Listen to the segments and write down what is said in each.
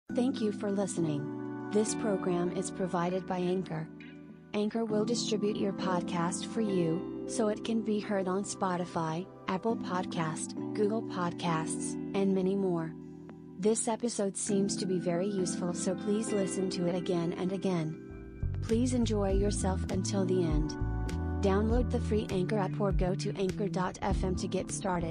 Thank you for listening. This program is provided by Anchor. Anchor will distribute your podcast for you, so it can be heard on Spotify, Apple Podcast, Google Podcasts, and many more. This episode seems to be very useful, so please listen to it again and again. Please enjoy yourself until the end. Download the free Anchor app or go to anchor.fm to get started.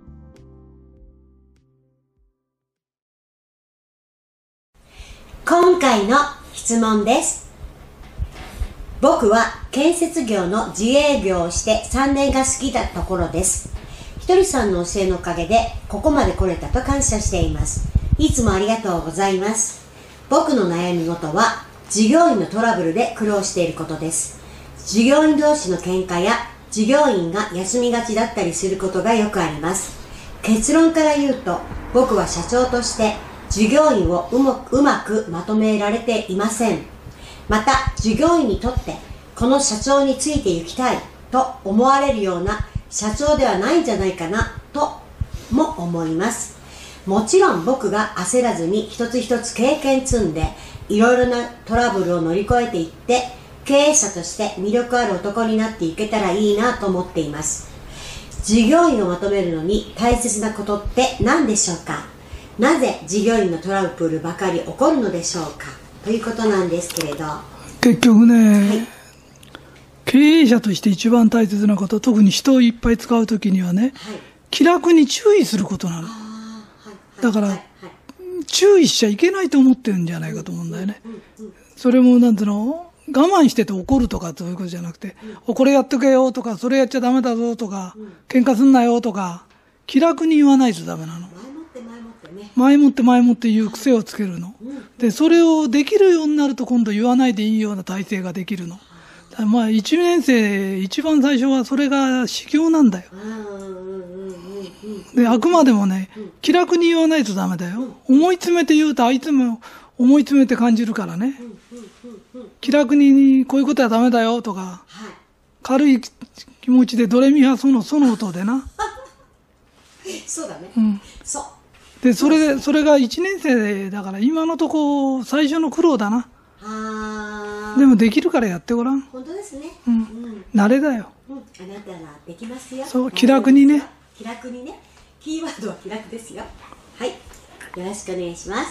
今回の質問です。僕は建設業の自営業をして3年が過ぎたところです。ひとりさんの教えのおかげでここまで来れたと感謝しています。いつもありがとうございます。僕の悩み事は従業員のトラブルで苦労していることです。従業員同士の喧嘩や従業員が休みがちだったりすることがよくあります。結論から言うと、僕は社長として従業員をうまくまとめられていません。また従業員にとってこの社長について行きたいと思われるような社長ではないんじゃないかなとも思います。もちろん僕が焦らずに一つ一つ経験積んでいろいろなトラブルを乗り越えていって経営者として魅力ある男になっていけたらいいなと思っています。従業員をまとめるのに大切なことって何でしょうか。なぜ従業員のトラブルばかり起こるのでしょうかということなんですけれど、 結局ね、 はい、 経営者として一番大切なこと、特に人をいっぱい使うときにはね、 はい、 気楽に注意することなの。だから、注意しちゃいけないと思ってるんじゃないかと思うんだよね。それもなんていうの、我慢してて怒るとかそういうことじゃなくて、これやっとけよとか、それやっちゃダメだぞとか、喧嘩すんなよとか、気楽に言わないとダメなの。前もって言う癖をつけるの。で、それをできるようになると今度言わないでいいような体制ができるの。まあ1年生、一番最初はそれが修行なんだよ。で、あくまでもね、気楽に言わないとダメだよ。思い詰めて言うと相手も思い詰めて感じるからね。気楽にこういうことはダメだよとか、軽い気持ちでドレミファソの音でな。 そうだね。そう。 で、それが1年生だから今のとこ最初の苦労だな。でもできるからやってごらん。 本当ですね。 慣れだよ。 あなたができますよ。 そう、気楽にね。 気楽にね。キーワードは気楽ですよ。はい。よろしくお願いします。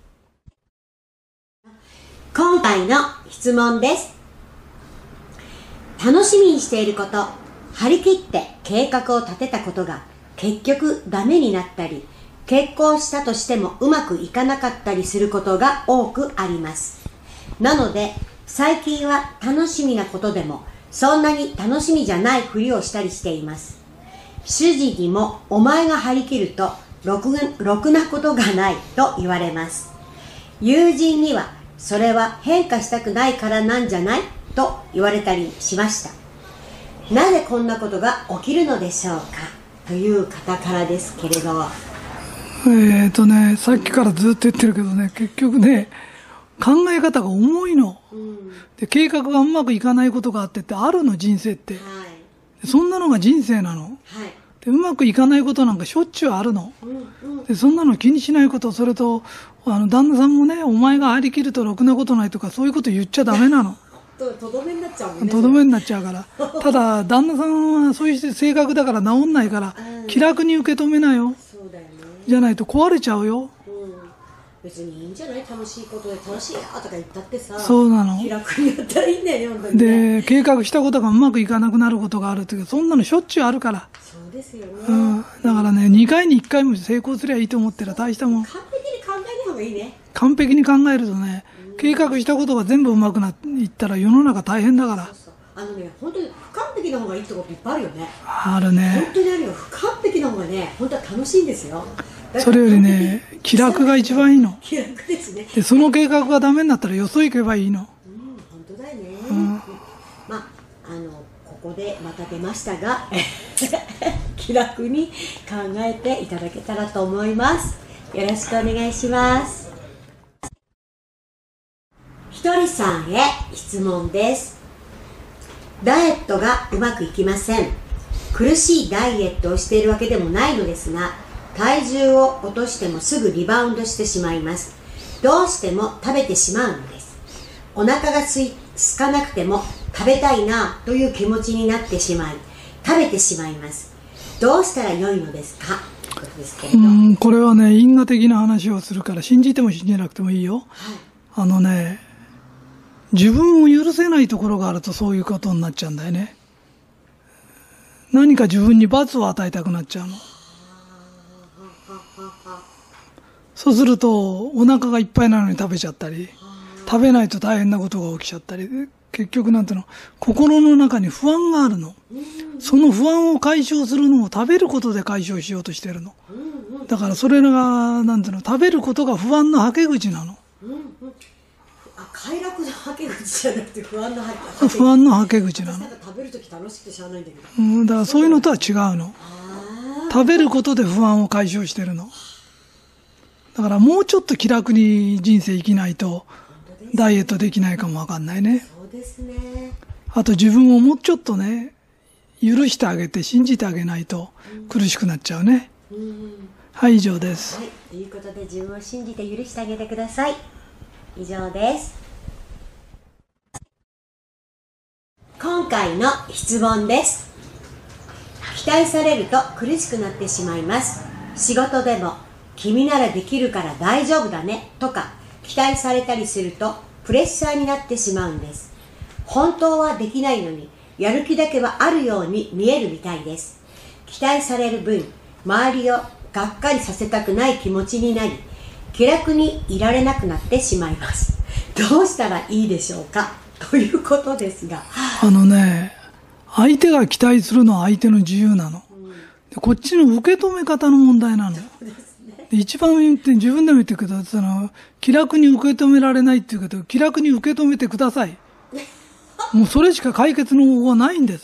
今回の質問です。楽しみにしていること、張り切って計画を立てたことが結局ダメになったり、結婚したとしてもうまくいかなかったりすることが多くあります。なので最近は楽しみなことでもそんなに楽しみじゃないふりをしたりしています。主人にもお前が張り切るとろくなことがないと言われます。友人にはそれは変化したくないからなんじゃないと言われたりしました。なぜこんなことが起きるのでしょうかという方からですけれど、 さっきからずっと言ってるけどね、結局ね、考え方が重いの。で、計画がうまくいかないことがあってあるの、人生って。そんなのが人生なの。で、うまくいかないことなんかしょっちゅうあるの。で、そんなの気にしないこと、それと、旦那さんもね、お前が張り切るとろくなことないとか、そういうこと言っちゃダメなの。 とどめになっちゃうもんね。 とどめになっちゃうから。ただ、旦那さんはそういう性格だから治んないから、気楽に受け止めなよ。 そうだよね。 じゃないと壊れちゃうよ。 別にいいんじゃない、楽しいことで楽しいよとか言ったってさ。 そうなの。 気楽にやったらいいんだよね、本当にね。 で、計画したことがうまくいかなくなることがあるっていうか、そんなのしょっちゅうあるから。 そうですよね。 だからね、2回に1回も成功すればいいと思ってら大したもん。 完璧に考えない方がいいね。 完璧に考えるとね、計画したことが全部うまくいったら世の中大変だから。 本当に不完璧な方がいいってこといっぱいあるよね。 あるね。 本当にあるよ。不完璧な方がね、本当は楽しいんですよ。 それよりね、気楽が一番いいの。 気楽ですね。 で、その計画がダメになったらよそ行けばいいの。 本当だよね。ここでまた出ましたが気楽に考えていただけたらと思います。よろしくお願いします。ひとりさんへ質問です。ダイエットがうまくいきません。苦しいダイエットをしているわけでもないのですが、体重を落としてもすぐリバウンドしてしまいます。 どうしても食べてしまうのです。お腹が空かなくても食べたいなという気持ちになってしまい、食べてしまいます。どうしたらよいのですかということですけれど。 これはね、因果的な話をするから信じても信じなくてもいいよ。自分を許せないところがあるとそういうことになっちゃうんだよね。何か自分に罰を与えたくなっちゃうの。そうするとお腹がいっぱいなのに食べちゃったり、食べないと大変なことが起きちゃったり、結局なんていうの、心の中に不安があるの。その不安を解消するのを食べることで解消しようとしてるの。だからそれがなんていうの、食べることが不安のはけ口なの。 快楽のはけ口じゃなくて不安のはけ口。 不安のはけ口なの。 なんか食べるとき楽しくてしゃあないんだけど。 だからそういうのとは違うの。食べることで不安を解消してるの。だからもうちょっと気楽に人生生きないとダイエットできないかもわかんないね。 そうですね。 あと自分をもうちょっとね、許してあげて信じてあげないと苦しくなっちゃうね。はい、以上です。 はい、ということで自分を信じて許してあげてください。以上です。今回の質問です。期待されると苦しくなってしまいます。仕事でも君ならできるから大丈夫だねとか期待されたりするとプレッシャーになってしまうんです。本当はできないのにやる気だけはあるように見えるみたいです。期待される分、周りをがっかりさせたくない気持ちになり、気楽にいられなくなってしまいます。どうしたらいいでしょうかということですが、 相手が期待するのは相手の自由なの。こっちの受け止め方の問題なの。一番言って自分でも言ってください。気楽に受け止められないっていうけど、気楽に受け止めてください。もうそれしか解決の方法はないんです。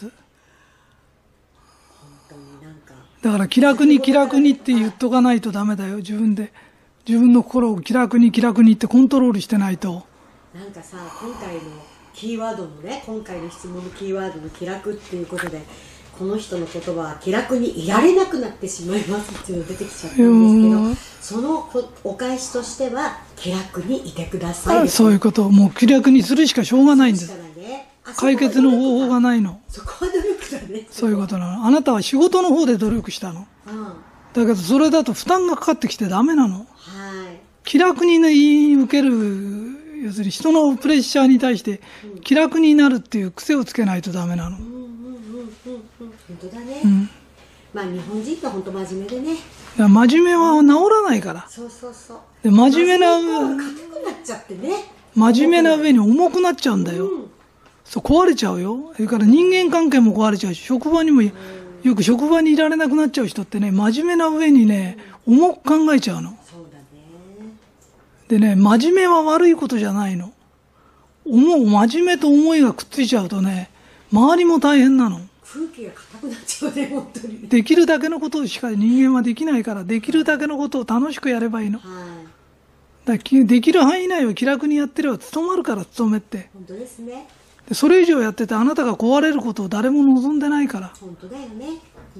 だから気楽にって言っとかないとダメだよ。自分の心を気楽にってコントロールしてないと。 なんかさ、今回のキーワードのね、今回の質問のキーワードの気楽っていうことで、この人の言葉は気楽にいられなくなってしまいますっていうのが出てきちゃったんですけど、そのお返しとしては気楽にいてください。 そういうことをもう気楽にするしかしょうがないんです。解決の方法がないの。 そこは努力だね。 そういうことなの。あなたは仕事の方で努力したの。だけどそれだと負担がかかってきてダメなの。気楽にね、受ける、要するに人のプレッシャーに対して気楽になるっていう癖をつけないとダメなの。 本当だね。まあ日本人って本当真面目でね。 真面目は治らないから。 そう。 で真面目な硬くなっちゃってね。 真面目な上に重くなっちゃうんだよ。そう壊れちゃうよ。それから人間関係も壊れちゃうし、職場にもよく職場にいられなくなっちゃう人ってね、真面目な上にね、重く考えちゃうの。 そうだね。 でね、真面目は悪いことじゃないの。真面目と思いがくっついちゃうとね、周りも大変なの。 空気が硬くなっちゃうね、本当に。 できるだけのことしか人間はできないから、できるだけのことを楽しくやればいいの。できる範囲内を気楽にやってれば務まるから、務めって。 本当ですね。 でそれ以上やっててあなたが壊れることを誰も望んでないから。 本当だよね。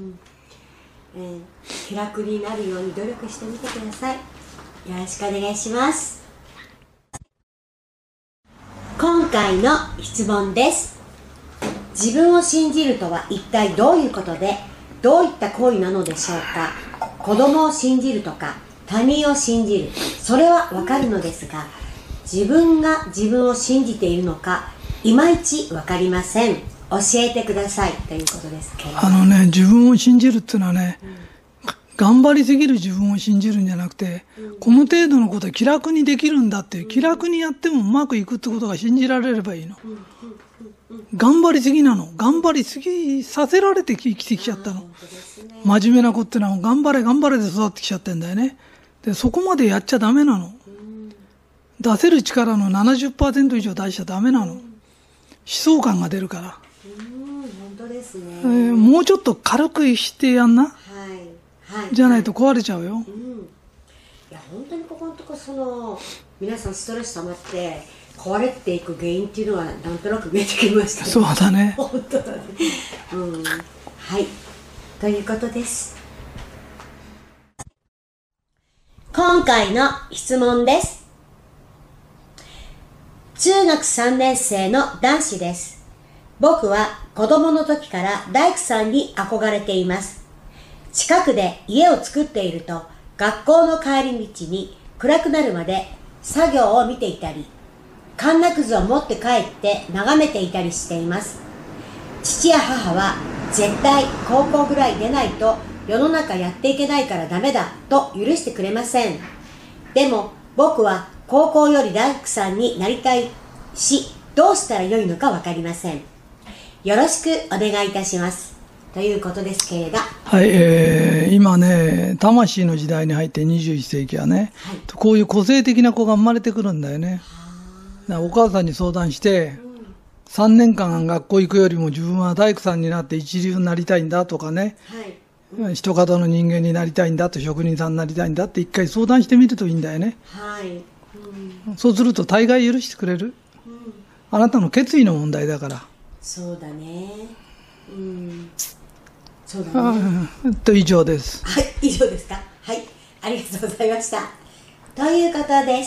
気楽になるように努力してみてください。よろしくお願いします。今回の質問です。自分を信じるとは一体どういうことで、どういった行為なのでしょうか。子供を信じるとか他人を信じる、それはわかるのですが、自分が自分を信じているのかいまいちわかりません。教えてくださいということですけど。 自分を信じるっていうのはね、頑張りすぎる自分を信じるんじゃなくて、この程度のことは気楽にできるんだって、気楽にやってもうまくいくってことが信じられればいいの。頑張りすぎなの。頑張りすぎさせられて生きてきちゃったの。真面目な子ってのは頑張れで育ってきちゃってんだよね。でそこまでやっちゃダメなの。出せる力の 70% 以上出しちゃダメなの。悲壮感が出るから。 本当ですね。 もうちょっと軽くしてやんな。じゃないと壊れちゃうよ。 いや本当にここのとこ皆さんストレス溜まって壊れていく原因っていうのはなんとなく見えてきましたね。 そうだね。 本当だね。はい。ということです。今回の質問です。 中学3年生の男子です。僕は子供の時から大工さんに憧れています。近くで家を作っていると、学校の帰り道に暗くなるまで作業を見ていたり、かんなくずを持って帰って眺めていたりしています。父や母は絶対高校ぐらい出ないと世の中やっていけないからダメだと許してくれません。でも僕は高校より大工さんになりたいし、どうしたらよいのかわかりません。よろしくお願いいたします。ということですけれど。 はい、今ね、魂の時代に入って21世紀はね、はい、こういう個性的な子が生まれてくるんだよね。お母さんに相談して、3年間学校行くよりも自分は大工さんになって一流になりたいんだとかね、はい、人方の人間になりたいんだと、職人さんになりたいんだって一回相談してみるといいんだよね。はい、そうすると大概許してくれる。あなたの決意の問題だから。 そうだね。そうだね。 以上です。 はい、以上ですか。はい、ありがとうございました。ということです。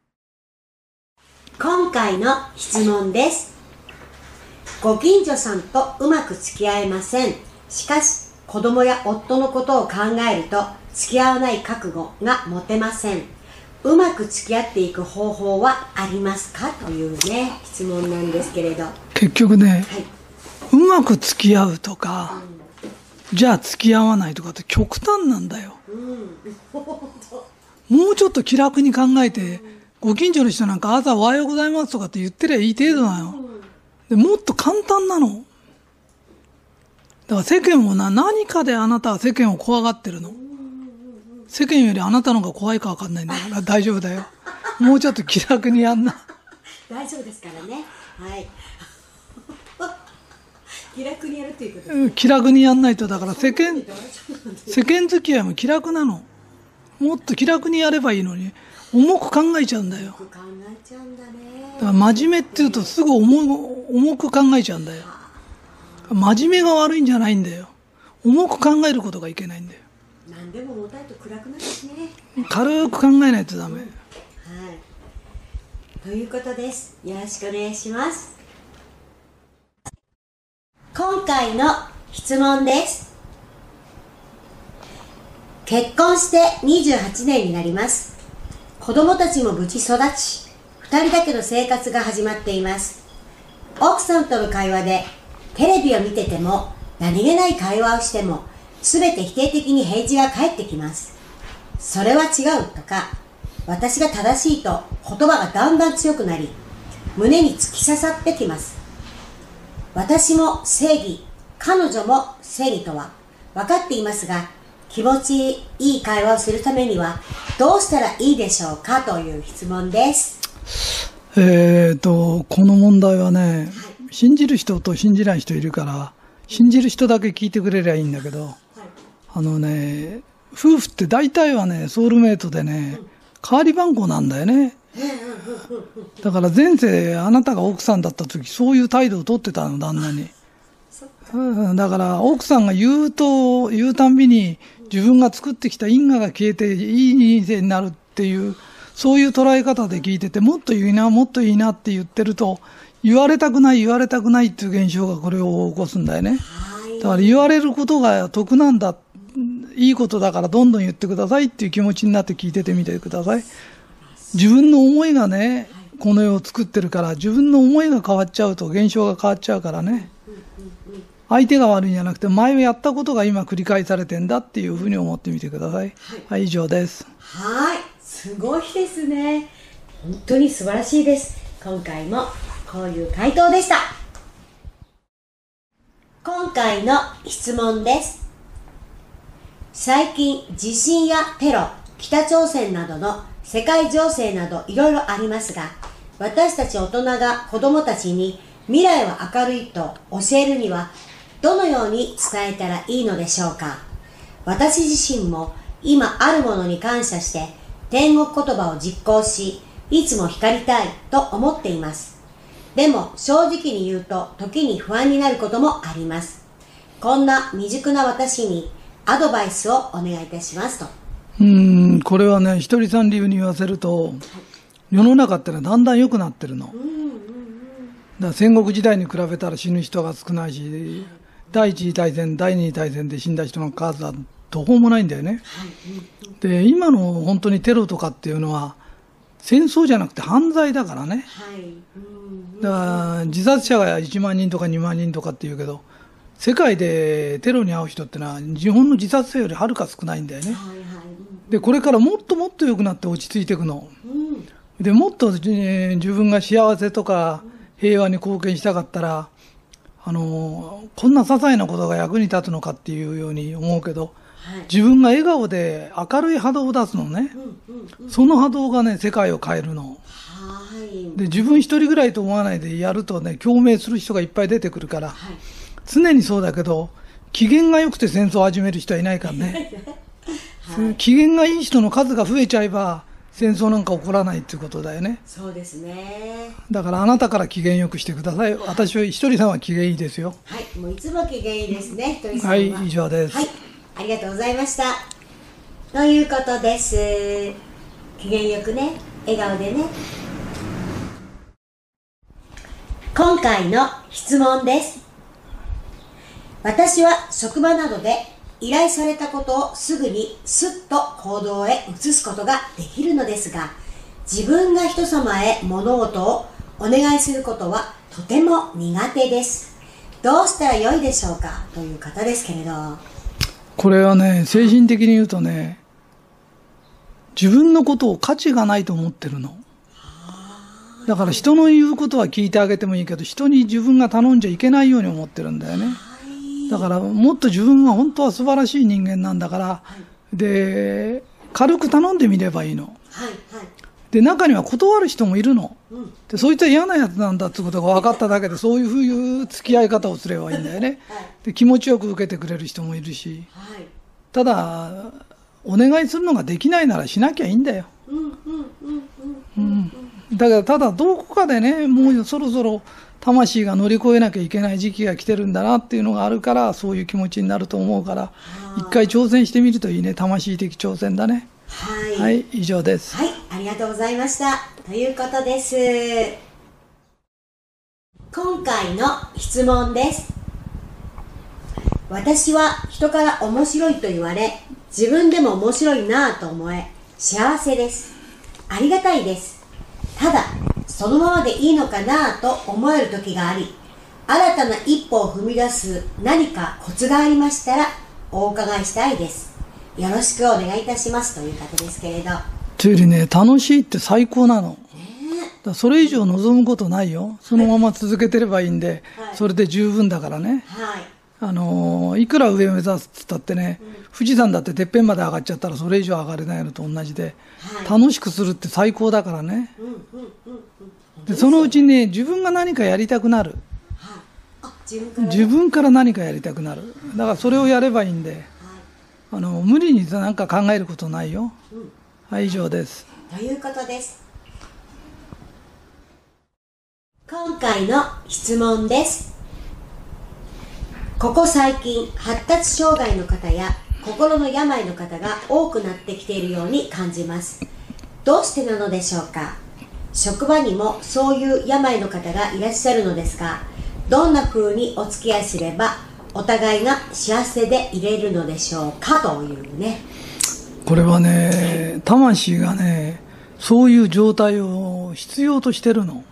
今回の質問です。ご近所さんとうまく付き合えません。しかし、子供や夫のことを考えると、付き合わない覚悟が持てません。うまく付き合っていく方法はありますかというね、質問なんですけれど。 結局ね、はい、うまく付き合うとか、じゃあ付き合わないとかって極端なんだよ。もうちょっと気楽に考えて、ご近所の人なんか朝おはようございますとかって言ってりゃいい程度なの。でもっと簡単なの。だから世間も何かであなたは世間を怖がってるの。世間よりあなたの方が怖いか分かんないんだから大丈夫だよ。もうちょっと気楽にやんな。 大丈夫ですからね。はい。気楽にやるっていうことですね。 気楽にやんないと、だから世間付き合いも気楽なの。もっと気楽にやればいいのに、重く考えちゃうんだよ。 重く考えちゃうんだね。 だから真面目っていうとすぐ重く考えちゃうんだよ。真面目が悪いんじゃないんだよ。重く考えることがいけないんだよ。 何でも重たいと暗くなるしね。 軽く考えないとダメ。はい。 ということです。よろしくお願いします。今回の質問です。結婚して28年になります。子供たちも無事育ち、2人だけの生活が始まっています。奥さんとの会話で、テレビを見てても、何気ない会話をしても、すべて否定的に返事が返ってきます。それは違うとか、私が正しいと言葉がだんだん強くなり、胸に突き刺さってきます。私も正義、彼女も正義とは分かっていますが、気持ちいい会話をするためにはどうしたらいいでしょうかという質問です。 この問題はね、はい、信じる人と信じない人いるから、信じる人だけ聞いてくれりゃいいんだけど、はい、夫婦って大体はね、ソウルメイトでね、代わり番号なんだよね。だから前世あなたが奥さんだった時、そういう態度を取ってたの、旦那に。だから奥さんが言うたんびに自分が作ってきた因果が消えていい人生になるっていう、そういう捉え方で聞いてて、もっといいなもっといいなって言ってると、言われたくないっていう現象がこれを起こすんだよね。だから言われることが得なんだ、いいことだからどんどん言ってくださいっていう気持ちになって聞いててみてください。自分の思いがね、この世を作ってるから、自分の思いが変わっちゃうと現象が変わっちゃうからね。相手が悪いんじゃなくて、前やったことが今繰り返されてんだっていうふうに思ってみてください。はい、以上です。 はい、すごいですね。本当に素晴らしいです。今回もこういう回答でした。今回の質問です。最近地震やテロ、北朝鮮などの世界情勢などいろいろありますが、私たち大人が子供たちに未来は明るいと教えるにはどのように伝えたらいいのでしょうか。私自身も今あるものに感謝して天国言葉を実行し、いつも光りたいと思っています。でも正直に言うと時に不安になることもあります。こんな未熟な私にアドバイスをお願いいたしますと。 これはね、ひとりさん流に言わせると、 世の中ってのはだんだん良くなってるの。だから戦国時代に比べたら死ぬ人が少ないし、第一次大戦、第二次大戦で死んだ人の数は途方もないんだよね。で、今の本当にテロとかっていうのは、戦争じゃなくて犯罪だからね。だから自殺者が1万人とか2万人とかっていうけど、世界でテロに遭う人ってのは日本の自殺者よりはるか少ないんだよね。で、これからもっともっと良くなって落ち着いていくの。で、もっと、自分が幸せとか平和に貢献したかったら、こんな些細なことが役に立つのかっていうように思うけど、自分が笑顔で明るい波動を出すのね。その波動がね、世界を変えるの。で、自分一人ぐらいと思わないでやるとね、共鳴する人がいっぱい出てくるから、常にそうだけど、機嫌が良くて戦争を始める人はいないからね。機嫌がいい人の数が増えちゃえば、戦争なんか起こらないっていうことだよね。 そうですね。 だからあなたから機嫌よくしてください。私は、ひとりさんは機嫌いいですよ。 はい、もういつも機嫌いいですね、ひとりさんは。 はい、以上です。 はい、ありがとうございました。ということです。機嫌よくね、笑顔でね。今回の質問です。私は職場などで依頼されたことをすぐにスッと行動へ移すことができるのですが、自分が人様へ物事をお願いすることはとても苦手です。どうしたらよいでしょうか、という方ですけれど。 これはね、精神的に言うとね、自分のことを価値がないと思ってるの。だから人の言うことは聞いてあげてもいいけど、人に自分が頼んじゃいけないように思ってるんだよね。だからもっと自分が本当は素晴らしい人間なんだから、で、軽く頼んでみればいいの。で、中には断る人もいるの。で、そいつは嫌なやつなんだってことが分かっただけで、そういうふう付き合い方をすればいいんだよね。で、気持ちよく受けてくれる人もいるし。ただ、お願いするのができないならしなきゃいいんだよ。だから、ただどこかでね、もうそろそろ魂が乗り越えなきゃいけない時期が来てるんだなっていうのがあるから、そういう気持ちになると思うから、一回挑戦してみるといいね。魂的挑戦だね。はい、以上です。 はい、ありがとうございました。ということです。今回の質問です。私は人から面白いと言われ、自分でも面白いなぁと思え、幸せです。ありがたいです。ただ、そのままでいいのかなぁと思える時があり、新たな一歩を踏み出す何かコツがありましたらお伺いしたいです。よろしくお願いいたしますという方ですけれど。 というよりね、楽しいって最高なの。だそれ以上望むことないよ。そのまま続けてればいいんで、それで十分だからね。いくら上目指すって言ったってね、富士山だっててっぺんまで上がっちゃったらそれ以上上がれないのと同じで、楽しくするって最高だからね。で、そのうちね、自分が何かやりたくなる。自分から何かやりたくなる。だからそれをやればいいんで、無理に何か考えることないよ。はい、以上です。 ということです。今回の質問です。ここ最近、発達障害の方や心の病の方が多くなってきているように感じます。どうしてなのでしょうか。職場にもそういう病の方がいらっしゃるのですが、どんな風にお付き合いすればお互いが幸せでいれるのでしょうか、というね。 これはね、魂がね、そういう状態を必要としてるの。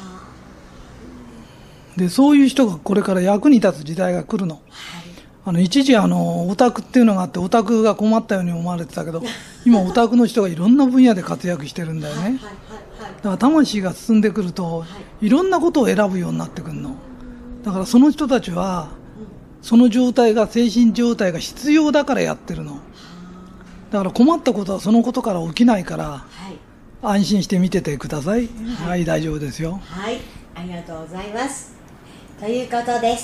で、そういう人がこれから役に立つ時代が来るの。一時オタクっていうのがあって、オタクが困ったように思われてたけど、今オタクの人がいろんな分野で活躍してるんだよね。だから魂が進んでくると、いろんなことを選ぶようになってくるの。だからその人たちは、その状態が、精神状態が必要だからやってるの。だから困ったことはそのことから起きないから、安心して見ててください。はい、大丈夫ですよ。 はい、ありがとうございます。ということです。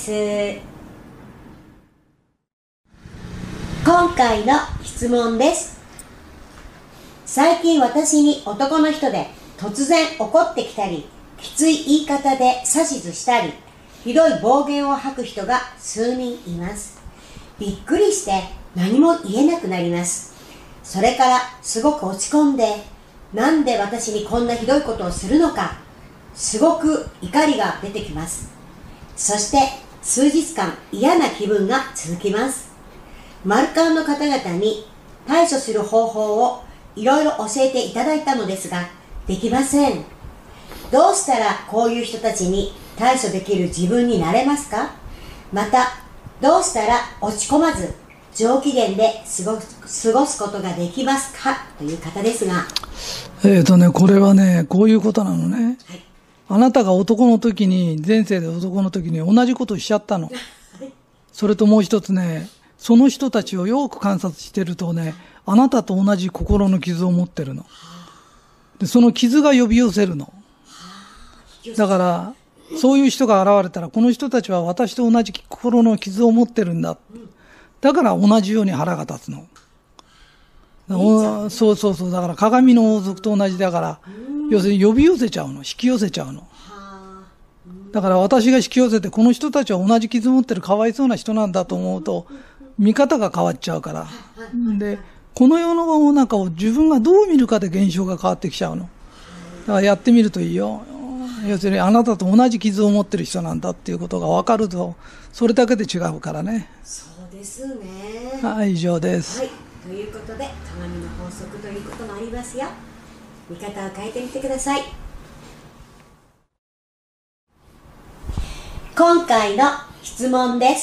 今回の質問です。最近私に男の人で突然怒ってきたり、きつい言い方で指図したり、ひどい暴言を吐く人が数人います。びっくりして何も言えなくなります。それからすごく落ち込んで、 なんで私にこんなひどいことをするのか、すごく怒りが出てきます。そして数日間嫌な気分が続きます。マルカンの方々に対処する方法をいろいろ教えていただいたのですが、できません。どうしたらこういう人たちに対処できる自分になれますか？また、どうしたら落ち込まず上機嫌で過ごすことができますかという方ですが。 これはね、こういうことなのね。 はい、 あなたが男の時に、前世で男の時に同じことをしちゃったの。それともう一つね、その人たちをよく観察してるとね、あなたと同じ心の傷を持ってるの。で、その傷が呼び寄せるの。だから、そういう人が現れたら、この人たちは私と同じ心の傷を持ってるんだ。だから同じように腹が立つの。そうそうそう。だから鏡の法則と同じだから、要するに呼び寄せちゃうの。引き寄せちゃうの。だから私が引き寄せて、この人たちは同じ傷を持ってるかわいそうな人なんだと思うと、見方が変わっちゃうから。で、この世の中を自分がどう見るかで現象が変わってきちゃうの。だからやってみるといいよ。要するにあなたと同じ傷を持ってる人なんだっていうことが分かると、それだけで違うからね。 そうですね。 はい、以上です。 はい、ということで鏡の法則ということもありますよ。見方を変えてみてください。今回の質問です。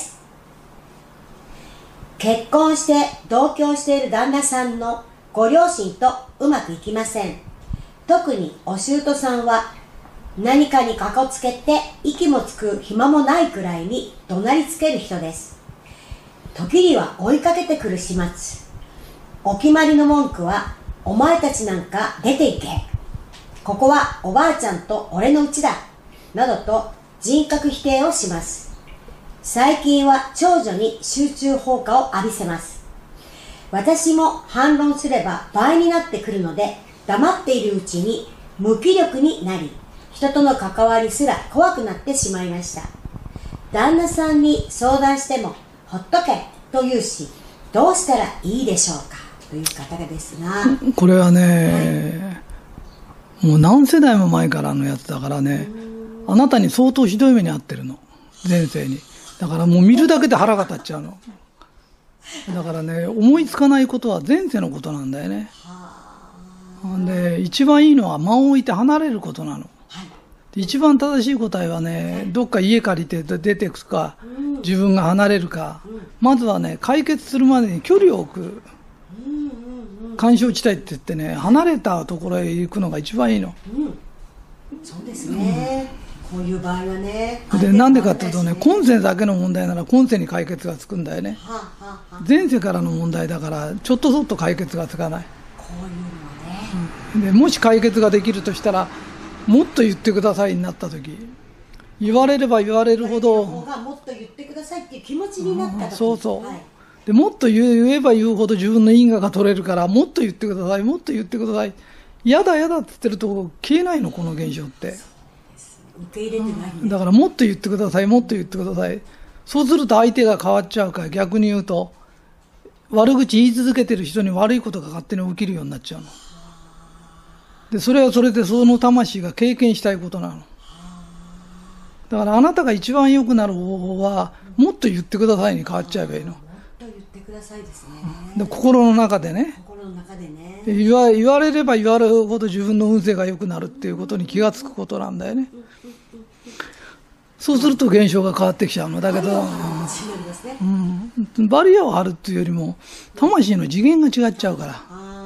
結婚して同居している旦那さんのご両親とうまくいきません。特にお舅さんは何かにかこつけて息もつく暇もないくらいに怒鳴りつける人です。時には追いかけてくる始末。お決まりの文句は、お前たちなんか出ていけ。ここはおばあちゃんと俺の家だ。などと人格否定をします。最近は長女に集中放火を浴びせます。私も反論すれば倍になってくるので、黙っているうちに無気力になり、人との関わりすら怖くなってしまいました。旦那さんに相談しても、ほっとけと言うし、どうしたらいいでしょうかという方がですが。 これはね、もう何世代も前からのやつだからね、あなたに相当ひどい目に遭ってるの。前世に。だからもう見るだけで腹が立っちゃうの。だからね、思いつかないことは前世のことなんだよね。で、一番いいのは間を置いて離れることなの。一番正しい答えはね、どっか家借りて出てくか、自分が離れるか、まずはね、解決するまでに距離を置く。干渉地帯って言ってね、離れたところへ行くのが一番いいの。 そうですね。こういう場合はね。 で、なんでかっていうとね、今世だけの問題なら今世に解決がつくんだよね。前世からの問題だから、ちょっとそっと解決がつかない。 こういうのはね。 で、もし解決ができるとしたら、もっと言ってくださいになったとき、言われれば言われるほど、 もっと言ってくださいっていう気持ちになったとき、 そうそう、でもっと言えば言うほど自分の因果が取れるから、もっと言ってください、もっと言ってください、やだやだって言ってると消えないの、この現象って。 受け入れてない、 だからもっと言ってください、もっと言ってください。そうすると相手が変わっちゃうから、逆に言うと悪口言い続けてる人に悪いことが勝手に起きるようになっちゃうので、それはそれでその魂が経験したいことなの。だからあなたが一番良くなる方法は、もっと言ってくださいに変わっちゃえばいいの。 もっと言ってくださいですね。 で、心の中でね、言われれば言われるほど自分の運勢が良くなるっていうことに気がつくことなんだよね。そうすると現象が変わってきちゃうのだけど、バリアを張るっていうよりも魂の次元が違っちゃうから。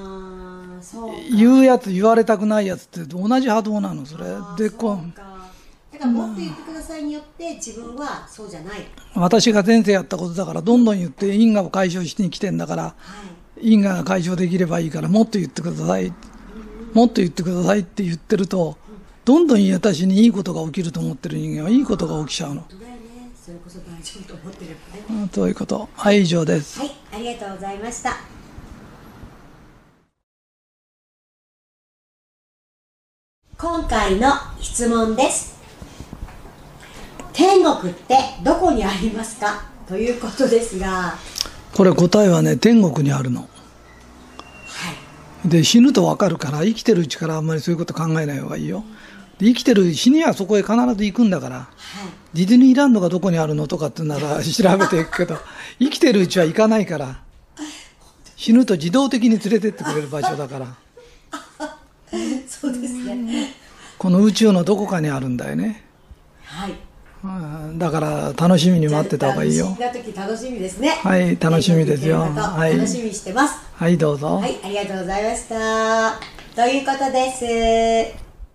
言うやつ言われたくないやつって同じ波動なの。それでだからもっと言ってくださいによって自分はそうじゃない。 私が前世やったことだからどんどん言って因果を解消しに来てんだから、因果が解消できればいいからもっと言ってください、もっと言ってくださいって言ってると、どんどん私にいいことが起きると思ってる人間はいいことが起きちゃうの。 それこそ大丈夫と思ってるね。 そういうこと。はい、以上です。 はい、ありがとうございました。今回の質問です。天国ってどこにありますかということですが、 これ答えはね、天国にあるの。 はい。 で、死ぬとわかるから、生きてるうちからあんまりそういうこと考えない方がいいよ。で、生きてる死にはそこへ必ず行くんだから、ディズニーランドがどこにあるのとかってなら調べていくけど、生きてるうちは行かないから、死ぬと自動的に連れてってくれる場所だから。 そうですね。 この宇宙のどこかにあるんだよね。 はい。 だから楽しみに待ってた方がいいよ。 死んだ時楽しみですね。 はい、楽しみですよ。はい、 楽しみにしてます。 はい、どうぞ。 はい、ありがとうございました。ということです。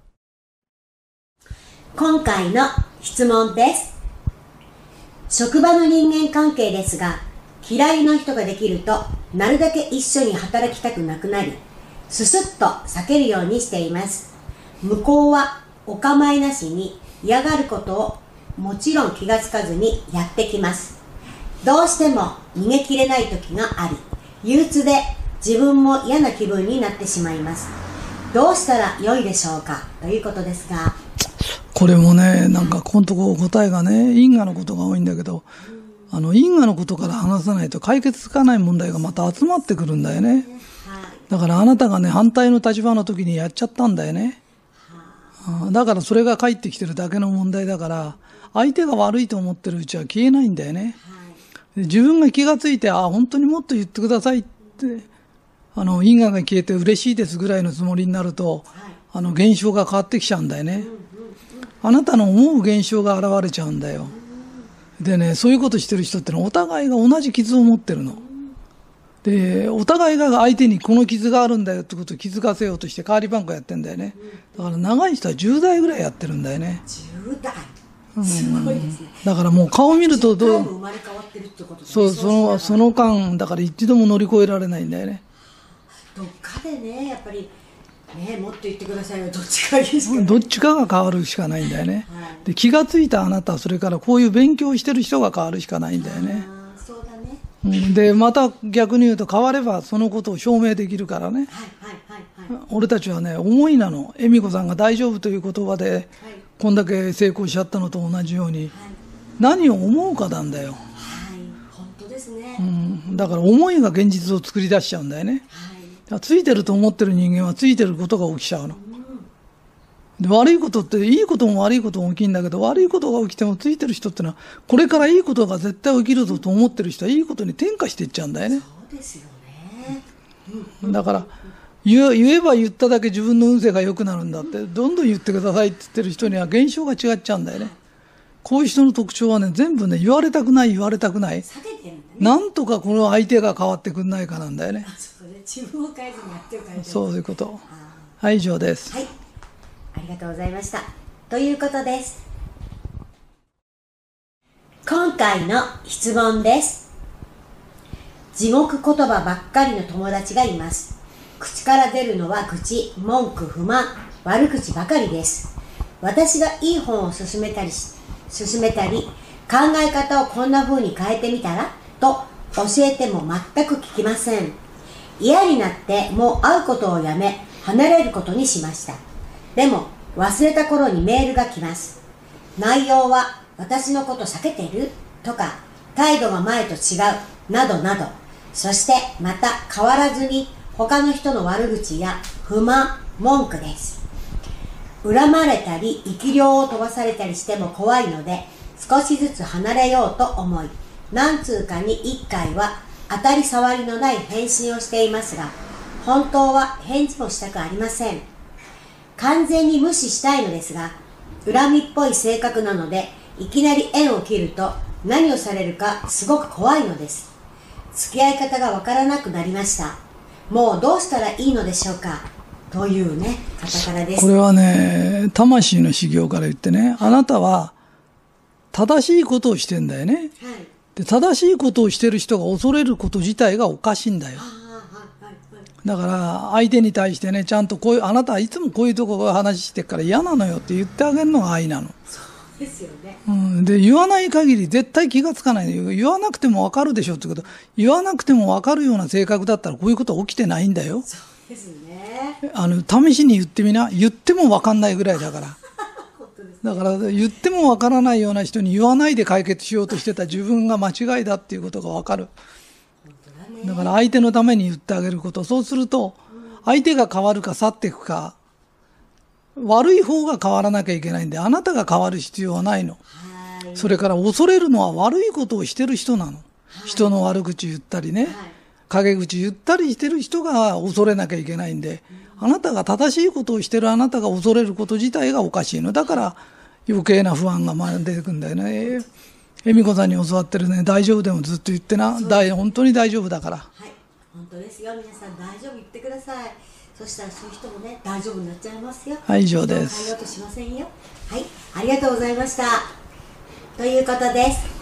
今回の質問です。職場の人間関係ですが、嫌いな人ができると、なるだけ一緒に働きたくなくなり、すすっと避けるようにしています。向こうはお構いなしに嫌がることをもちろん気がつかずにやってきます。どうしても逃げきれない時があり、憂鬱で自分も嫌な気分になってしまいます。どうしたら良いでしょうかということですが。 これもね、なんかこのとこ答えがね、因果のことが多いんだけど、因果のことから話さないと解決つかない問題がまた集まってくるんだよね。だからあなたがね、反対の立場の時にやっちゃったんだよね。だからそれが返ってきてるだけの問題だから、相手が悪いと思ってるうちは消えないんだよね。自分が気がついて、本当にもっと言ってくださいって、因果が消えて嬉しいですぐらいのつもりになると、現象が変わってきちゃうんだよね。あなたの思う現象が現れちゃうんだよ。でね、そういうことしてる人ってのはお互いが同じ傷を持ってるの。で、お互いが相手にこの傷があるんだよってことを気づかせようとして代わり番号やってんだよね。だから長い人は10代ぐらいやってるんだよね。 10代すごいですね。 だからもう顔見ると 10回も生まれ変わってるってことですね。 その間、だから一度も乗り越えられないんだよね。 どっかでね、やっぱりね、もっと言ってくださいよ。どっちか言うしかない。 どっちかが変わるしかないんだよね。で、気がついたあなた、それからこういう勉強をしてる人が変わるしかないんだよね。 そうだね。 で、また逆に言うと変わればそのことを証明できるからね。俺たちはね、思いなの。恵美子さんが大丈夫という言葉で、こんだけ成功しちゃったのと同じように、何を思うかなんだよ。 本当ですね。 だから思いが現実を作り出しちゃうんだよね。ついてると思ってる人間はついてることが起きちゃうの。で、悪いことっていいことも悪いことも起きるんだけど、悪いことが起きてもついてる人ってのは、これからいいことが絶対起きるぞと思ってる人はいいことに転化していっちゃうんだよね。 そうですよね。 だから言えば言っただけ自分の運勢が良くなるんだって、どんどん言ってくださいって言ってる人には現象が違っちゃうんだよね。こういう人の特徴はね、全部ね、言われたくない。なんとかこの相手が変わってくんないかなんだよね。 自分を変えずにやってるから。 そういうこと。はい、以上です。 はい、ありがとうございました。ということです。今回の質問です。地獄言葉ばっかりの友達がいます。口から出るのは愚痴、文句、不満、悪口ばかりです。私がいい本を勧めたり、考え方をこんな風に変えてみたらと教えても全く聞きません。嫌になってもう会うことをやめ、離れることにしました。でも忘れた頃にメールが来ます。内容は私のこと避けてるとか、態度が前と違うなどなど、そしてまた変わらずに他の人の悪口や不満、文句です。恨まれたり生き量を飛ばされたりしても怖いので、少しずつ離れようと思い、何通かに1回は当たり障りのない返信をしていますが、本当は返事もしたくありません。完全に無視したいのですが、恨みっぽい性格なので、いきなり縁を切ると何をされるかすごく怖いのです。付き合い方がわからなくなりました。もうどうしたらいいのでしょうか、というね、方からです。 これはね、魂の修行から言ってね、あなたは正しいことをしてんだよね。で、正しいことをしてる人が恐れること自体がおかしいんだよ。だから相手に対してね、ちゃんとこういう、あなたはいつもこういうところ話してるから嫌なのよって言ってあげるのが愛なの。 そうですよね。 で、言わない限り絶対気がつかないのよ。言わなくてもわかるでしょってこと。言わなくてもわかるような性格だったらこういうことは起きてないんだよ。 そうですね。 試しに言ってみな。言ってもわかんないぐらいだから。だから言ってもわからないような人に言わないで解決しようとしてた自分が間違いだっていうことがわかる。だから相手のために言ってあげること。そうすると相手が変わるか去っていくか、悪い方が変わらなきゃいけないんで、あなたが変わる必要はないの。それから恐れるのは悪いことをしてる人なの。人の悪口言ったりね、陰口言ったりしてる人が恐れなきゃいけないんで、あなたが正しいことをしてるあなたが恐れること自体がおかしいの。だから余計な不安が出てくるんだよね。恵美子さんに教わってるね、大丈夫でもずっと言ってな、本当に大丈夫だから。 はい、本当ですよ。皆さん大丈夫言ってください。そしたらそういう人もね、大丈夫になっちゃいますよ。 はい、以上です。 変えようとしませんよ。はい、ありがとうございました。ということです。